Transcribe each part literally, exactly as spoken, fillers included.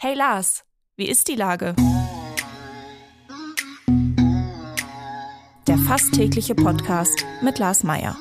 Hey Lars, wie ist die Lage? Der fast tägliche Podcast mit Lars Meyer.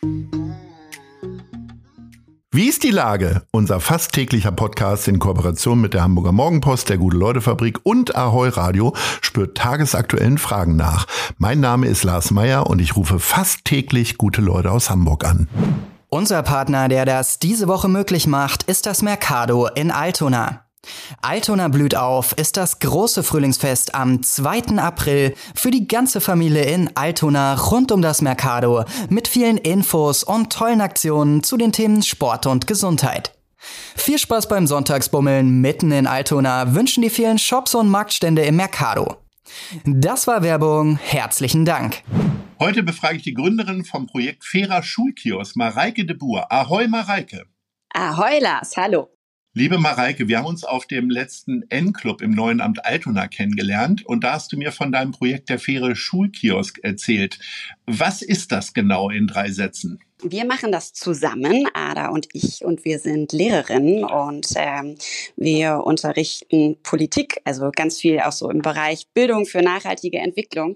Wie ist die Lage? Unser fast täglicher Podcast in Kooperation mit der Hamburger Morgenpost, der Gute-Leute-Fabrik und Ahoi Radio spürt tagesaktuellen Fragen nach. Mein Name ist Lars Meyer und ich rufe fast täglich gute Leute aus Hamburg an. Unser Partner, der das diese Woche möglich macht, ist das Mercado in Altona. Altona blüht auf ist das große Frühlingsfest am zweiten April für die ganze Familie in Altona rund um das Mercado mit vielen Infos und tollen Aktionen zu den Themen Sport und Gesundheit. Viel Spaß beim Sonntagsbummeln mitten in Altona wünschen die vielen Shops und Marktstände im Mercado. Das war Werbung, herzlichen Dank. Heute befrage ich die Gründerin vom Projekt Fairer Schulkiosk, Mareike de Boer. Ahoi Mareike. Ahoi Lars, hallo. Liebe Mareike, wir haben uns auf dem letzten N-Club im neuen Amt Altona kennengelernt und da hast du mir von deinem Projekt der Faire Schulkiosk erzählt. Was ist das genau in drei Sätzen? Wir machen das zusammen, Ada und ich, und wir sind Lehrerinnen und ähm, wir unterrichten Politik, also ganz viel auch so im Bereich Bildung für nachhaltige Entwicklung.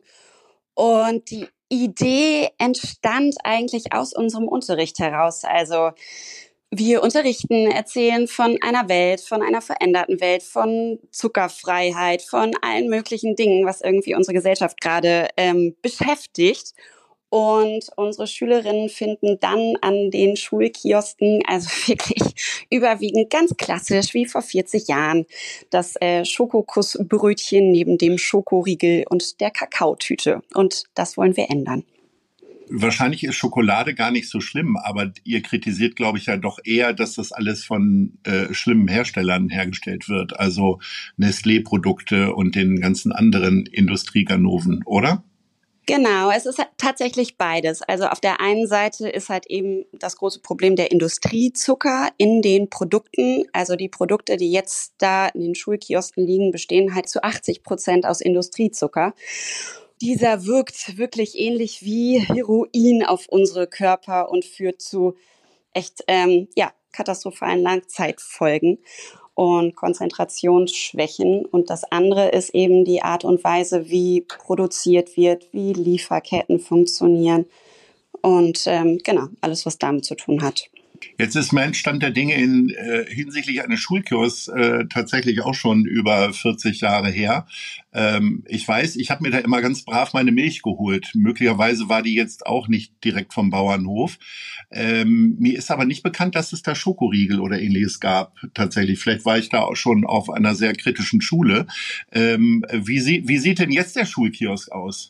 Und die Idee entstand eigentlich aus unserem Unterricht heraus, also wir unterrichten, erzählen von einer Welt, von einer veränderten Welt, von Zuckerfreiheit, von allen möglichen Dingen, was irgendwie unsere Gesellschaft gerade ähm, beschäftigt. Und unsere Schülerinnen finden dann an den Schulkiosken, also wirklich überwiegend ganz klassisch, wie vor vierzig Jahren, das äh, Schokokussbrötchen neben dem Schokoriegel und der Kakaotüte. Und das wollen wir ändern. Wahrscheinlich ist Schokolade gar nicht so schlimm, aber ihr kritisiert, glaube ich, ja doch eher, dass das alles von äh, schlimmen Herstellern hergestellt wird, also Nestlé-Produkte und den ganzen anderen Industrieganoven, oder? Genau, es ist tatsächlich beides. Also auf der einen Seite ist halt eben das große Problem der Industriezucker in den Produkten. Also die Produkte, die jetzt da in den Schulkiosken liegen, bestehen halt zu achtzig Prozent aus Industriezucker. Dieser wirkt wirklich ähnlich wie Heroin auf unsere Körper und führt zu echt ähm, ja, katastrophalen Langzeitfolgen und Konzentrationsschwächen. Und das andere ist eben die Art und Weise, wie produziert wird, wie Lieferketten funktionieren und ähm, genau, alles, was damit zu tun hat. Jetzt ist mein Stand der Dinge in äh, hinsichtlich eines Schulkiosks äh, tatsächlich auch schon über vierzig Jahre her. Ähm, ich weiß, ich habe mir da immer ganz brav meine Milch geholt. Möglicherweise war die jetzt auch nicht direkt vom Bauernhof. Ähm, mir ist aber nicht bekannt, dass es da Schokoriegel oder ähnliches gab. Tatsächlich, vielleicht war ich da auch schon auf einer sehr kritischen Schule. Ähm, wie, sie, wie sieht denn jetzt der Schulkiosk aus?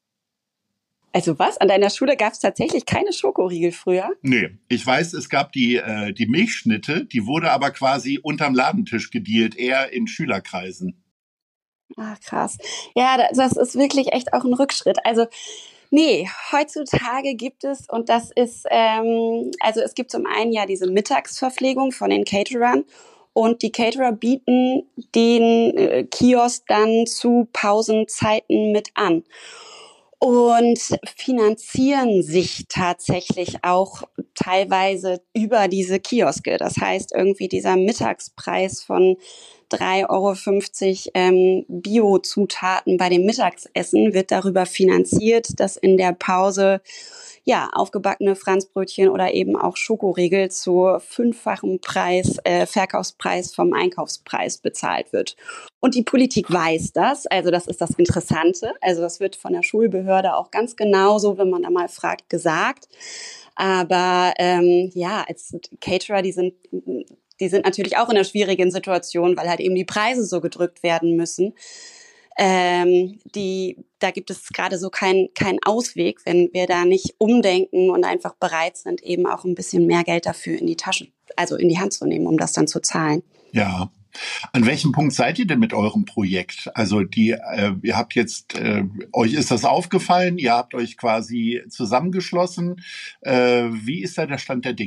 Also was? An deiner Schule gab es tatsächlich keine Schokoriegel früher? Nee, ich weiß, es gab die äh, die Milchschnitte, die wurde aber quasi unterm Ladentisch gedealt, eher in Schülerkreisen. Ach krass. Ja, das ist wirklich echt auch ein Rückschritt. Also nee, heutzutage gibt es, und das ist, ähm, also es gibt zum einen ja diese Mittagsverpflegung von den Caterern. Und die Caterer bieten den äh, Kiosk dann zu Pausenzeiten mit an. Und finanzieren sich tatsächlich auch teilweise über diese Kioske. Das heißt, irgendwie dieser Mittagspreis von drei Euro fünfzig ähm, Bio-Zutaten bei dem Mittagsessen wird darüber finanziert, dass in der Pause ja aufgebackene Franzbrötchen oder eben auch Schokoriegel zu fünffachen Preis, äh, Verkaufspreis vom Einkaufspreis bezahlt wird. Und die Politik weiß das, also das ist das Interessante. Also das wird von der Schulbehörde auch ganz genauso, wenn man da mal fragt, gesagt. Aber ähm, ja, als Caterer, die sind, die sind natürlich auch in einer schwierigen Situation, weil halt eben die Preise so gedrückt werden müssen. Ähm, die, da gibt es gerade so keinen kein Ausweg, wenn wir da nicht umdenken und einfach bereit sind, eben auch ein bisschen mehr Geld dafür in die Tasche, also in die Hand zu nehmen, um das dann zu zahlen. Ja. An welchem Punkt seid ihr denn mit eurem Projekt? Also die, äh, ihr habt jetzt, äh, euch ist das aufgefallen, ihr habt euch quasi zusammengeschlossen. Äh, wie ist da der Stand der Dinge?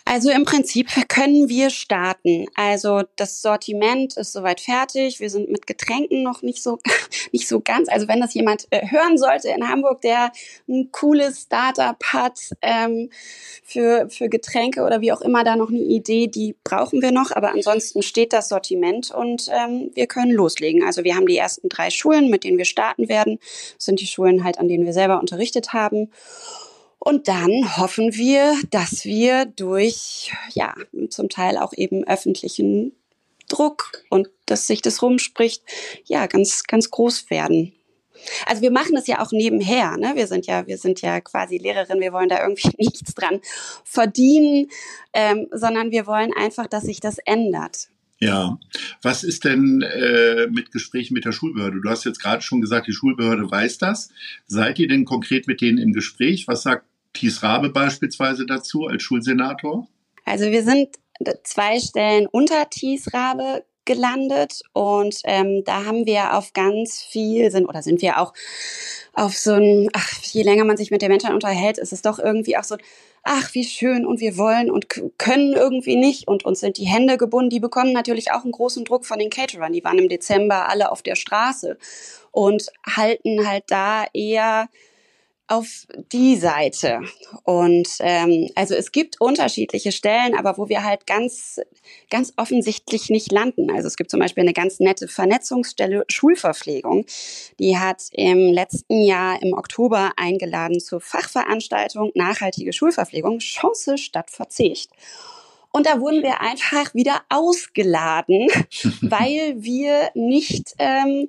Also im Prinzip können wir starten. Also das Sortiment ist soweit fertig. Wir sind mit Getränken noch nicht so nicht so ganz. Also wenn das jemand äh, hören sollte in Hamburg, der ein cooles Startup hat ähm, für für Getränke oder wie auch immer, da noch eine Idee, die brauchen wir noch. Aber ansonsten steht das Sortiment und ähm, wir können loslegen. Also wir haben die ersten drei Schulen, mit denen wir starten werden. Das sind die Schulen halt, an denen wir selber unterrichtet haben. Und dann hoffen wir, dass wir durch, ja, zum Teil auch eben öffentlichen Druck und dass sich das rumspricht, ja, ganz, ganz groß werden. Also wir machen das ja auch nebenher, ne? Wir sind ja, wir sind ja quasi Lehrerin, wir wollen da irgendwie nichts dran verdienen, ähm, sondern wir wollen einfach, dass sich das ändert. Ja, was ist denn äh, mit Gesprächen mit der Schulbehörde? Du hast jetzt gerade schon gesagt, die Schulbehörde weiß das. Seid ihr denn konkret mit denen im Gespräch? Was sagt Thies Rabe beispielsweise dazu als Schulsenator? Also wir sind zwei Stellen unter Thies Rabe gelandet und ähm, da haben wir auf ganz viel sind oder sind wir auch auf so ein, ach, je länger man sich mit den Menschen unterhält, ist es doch irgendwie auch so, ach, wie schön und wir wollen und k- können irgendwie nicht und uns sind die Hände gebunden. Die bekommen natürlich auch einen großen Druck von den Caterern. Die waren im Dezember alle auf der Straße und halten halt da eher auf die Seite. Und ähm, also es gibt unterschiedliche Stellen, aber wo wir halt ganz, ganz offensichtlich nicht landen. Also es gibt zum Beispiel eine ganz nette Vernetzungsstelle Schulverpflegung. Die hat im letzten Jahr im Oktober eingeladen zur Fachveranstaltung Nachhaltige Schulverpflegung, Chance statt Verzicht. Und da wurden wir einfach wieder ausgeladen, weil wir nicht... Ähm,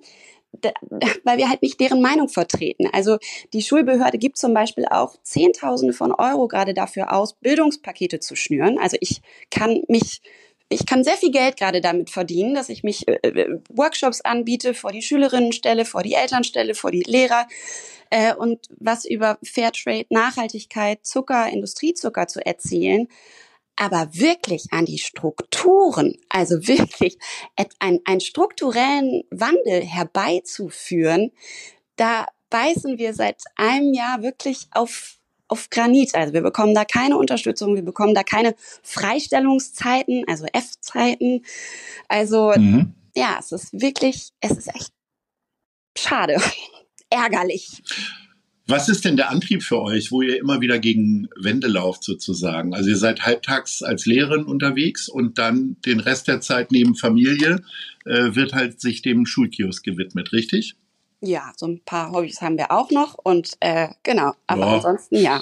weil wir halt nicht deren Meinung vertreten. Also die Schulbehörde gibt zum Beispiel auch Zehntausende von Euro gerade dafür aus, Bildungspakete zu schnüren. Also ich kann mich, ich kann sehr viel Geld gerade damit verdienen, dass ich mich äh, Workshops anbiete, vor die Schülerinnen stelle, vor die Eltern stelle, vor die Lehrer äh, und was über Fairtrade, Nachhaltigkeit, Zucker, Industriezucker zu erzählen. Aber wirklich an die Strukturen, also wirklich einen, einen strukturellen Wandel herbeizuführen, da beißen wir seit einem Jahr wirklich auf, auf Granit. Also wir bekommen da keine Unterstützung, wir bekommen da keine Freistellungszeiten, also F-Zeiten. Also mhm. ja, es ist wirklich, es ist echt schade, ärgerlich. Was ist denn der Antrieb für euch, wo ihr immer wieder gegen Wände lauft sozusagen? Also ihr seid halbtags als Lehrerin unterwegs und dann den Rest der Zeit neben Familie äh, wird halt sich dem Schulkiosk gewidmet, richtig? Ja, so ein paar Hobbys haben wir auch noch und äh, genau, aber ja. Ansonsten ja.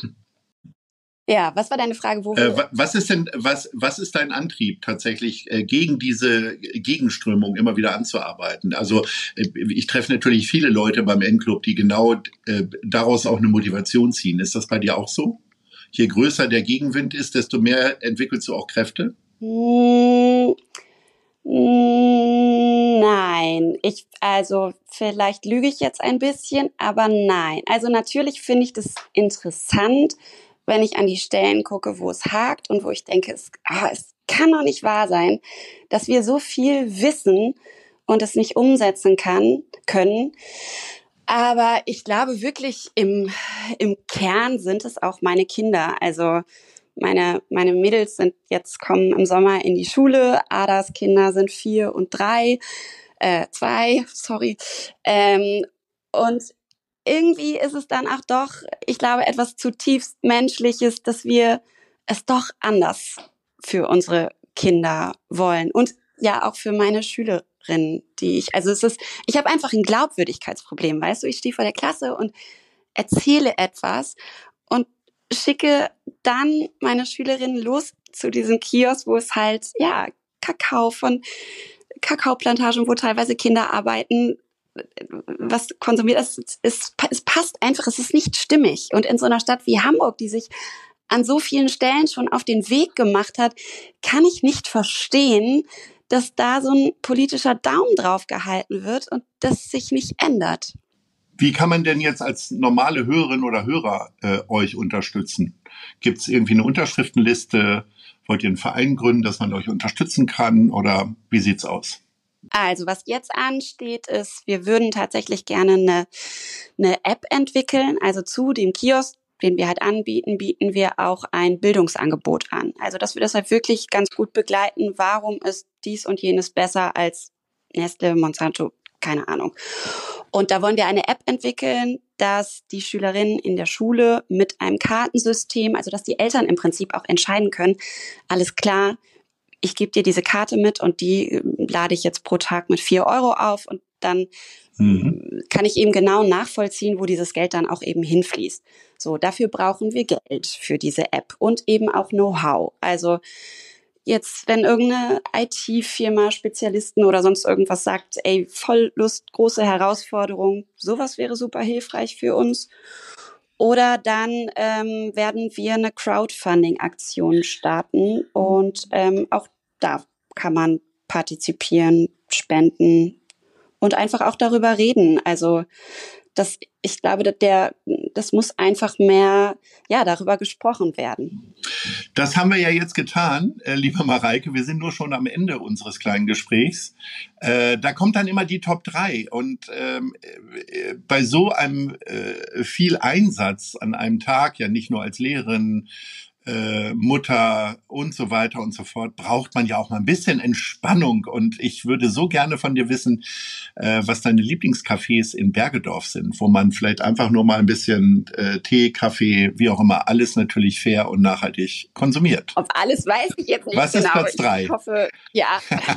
Ja, was war deine Frage? Wo äh, was ist denn, was, was ist dein Antrieb tatsächlich äh, gegen diese Gegenströmung immer wieder anzuarbeiten? Also äh, ich treffe natürlich viele Leute beim N-Club, die genau äh, daraus auch eine Motivation ziehen. Ist das bei dir auch so? Je größer der Gegenwind ist, desto mehr entwickelst du auch Kräfte? Hm, nein, ich, also vielleicht lüge ich jetzt ein bisschen, aber nein. Also natürlich finde ich das interessant, wenn ich an die Stellen gucke, wo es hakt und wo ich denke, es, ah, es kann doch nicht wahr sein, dass wir so viel wissen und es nicht umsetzen kann, können. Aber ich glaube wirklich, im, im Kern sind es auch meine Kinder. Also meine, meine Mädels sind jetzt, kommen im Sommer in die Schule. Adas Kinder sind vier und drei, äh, zwei, sorry. Ähm, und irgendwie ist es dann auch doch, ich glaube, etwas zutiefst Menschliches, dass wir es doch anders für unsere Kinder wollen. Und ja, auch für meine Schülerinnen, die ich, also es ist, ich habe einfach ein Glaubwürdigkeitsproblem, weißt du, ich stehe vor der Klasse und erzähle etwas und schicke dann meine Schülerinnen los zu diesem Kiosk, wo es halt, ja, Kakao von Kakaoplantagen, wo teilweise Kinder arbeiten, was konsumiert, es, es, es passt einfach, es ist nicht stimmig. Und in so einer Stadt wie Hamburg, die sich an so vielen Stellen schon auf den Weg gemacht hat, kann ich nicht verstehen, dass da so ein politischer Daumen drauf gehalten wird und das sich nicht ändert. Wie kann man denn jetzt als normale Hörerin oder Hörer äh, euch unterstützen? Gibt es irgendwie eine Unterschriftenliste? Wollt ihr einen Verein gründen, dass man euch unterstützen kann? Oder wie sieht's aus? Also was jetzt ansteht, ist, wir würden tatsächlich gerne eine, eine App entwickeln, also zu dem Kiosk, den wir halt anbieten, bieten wir auch ein Bildungsangebot an. Also dass wir das halt wirklich ganz gut begleiten. Warum ist dies und jenes besser als Nestle, Monsanto, keine Ahnung. Und da wollen wir eine App entwickeln, dass die Schülerinnen in der Schule mit einem Kartensystem, also dass die Eltern im Prinzip auch entscheiden können, alles klar, ich gebe dir diese Karte mit und die lade ich jetzt pro Tag mit vier Euro auf und dann mhm. kann ich eben genau nachvollziehen, wo dieses Geld dann auch eben hinfließt. So, dafür brauchen wir Geld für diese App und eben auch Know-how. Also jetzt, wenn irgendeine I T-Firma, Spezialisten oder sonst irgendwas sagt, ey, voll Lust, große Herausforderung, sowas wäre super hilfreich für uns. Oder dann ähm, werden wir eine Crowdfunding-Aktion starten und ähm, auch da kann man partizipieren, spenden und einfach auch darüber reden. Also das, ich glaube, dass der, das muss einfach mehr, ja, darüber gesprochen werden. Das haben wir ja jetzt getan, äh, liebe Mareike. Wir sind nur schon am Ende unseres kleinen Gesprächs. Äh, da kommt dann immer die Top drei. Und ähm, äh, bei so einem äh, viel Einsatz an einem Tag, ja nicht nur als Lehrerin, Äh, Mutter und so weiter und so fort, braucht man ja auch mal ein bisschen Entspannung. Und ich würde so gerne von dir wissen, äh, was deine Lieblingscafés in Bergedorf sind, wo man vielleicht einfach nur mal ein bisschen äh, Tee, Kaffee, wie auch immer, alles natürlich fair und nachhaltig konsumiert. Auf alles weiß ich jetzt nicht was genau. Was ist Platz drei? Ich hoffe, ja.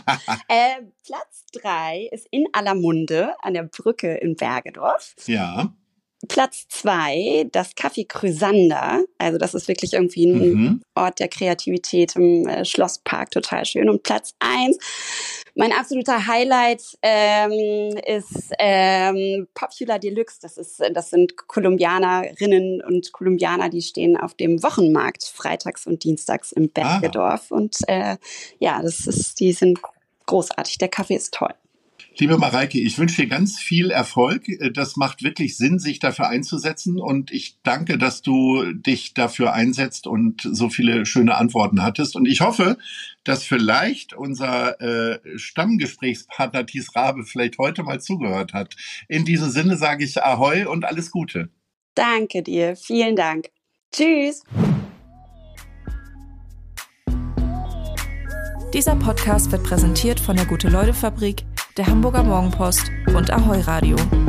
äh, Platz drei ist in aller Munde an der Brücke in Bergedorf. Ja. Platz zwei, das Café Chrysander. Also das ist wirklich irgendwie ein mhm. Ort der Kreativität im äh, Schlosspark, total schön. Und Platz eins, mein absoluter Highlight ähm, ist ähm, Popular Deluxe. Das ist, das sind Kolumbianerinnen und Kolumbianer, die stehen auf dem Wochenmarkt freitags und dienstags im Bergedorf. Ah. Und äh, ja, das ist, die sind großartig. Der Kaffee ist toll. Liebe Mareike, ich wünsche dir ganz viel Erfolg. Das macht wirklich Sinn, sich dafür einzusetzen. Und ich danke, dass du dich dafür einsetzt und so viele schöne Antworten hattest. Und ich hoffe, dass vielleicht unser äh, Stammgesprächspartner Thies Rabe vielleicht heute mal zugehört hat. In diesem Sinne sage ich Ahoi und alles Gute. Danke dir. Vielen Dank. Tschüss. Dieser Podcast wird präsentiert von der Gute-Leute-Fabrik, der Hamburger Morgenpost und Ahoi Radio.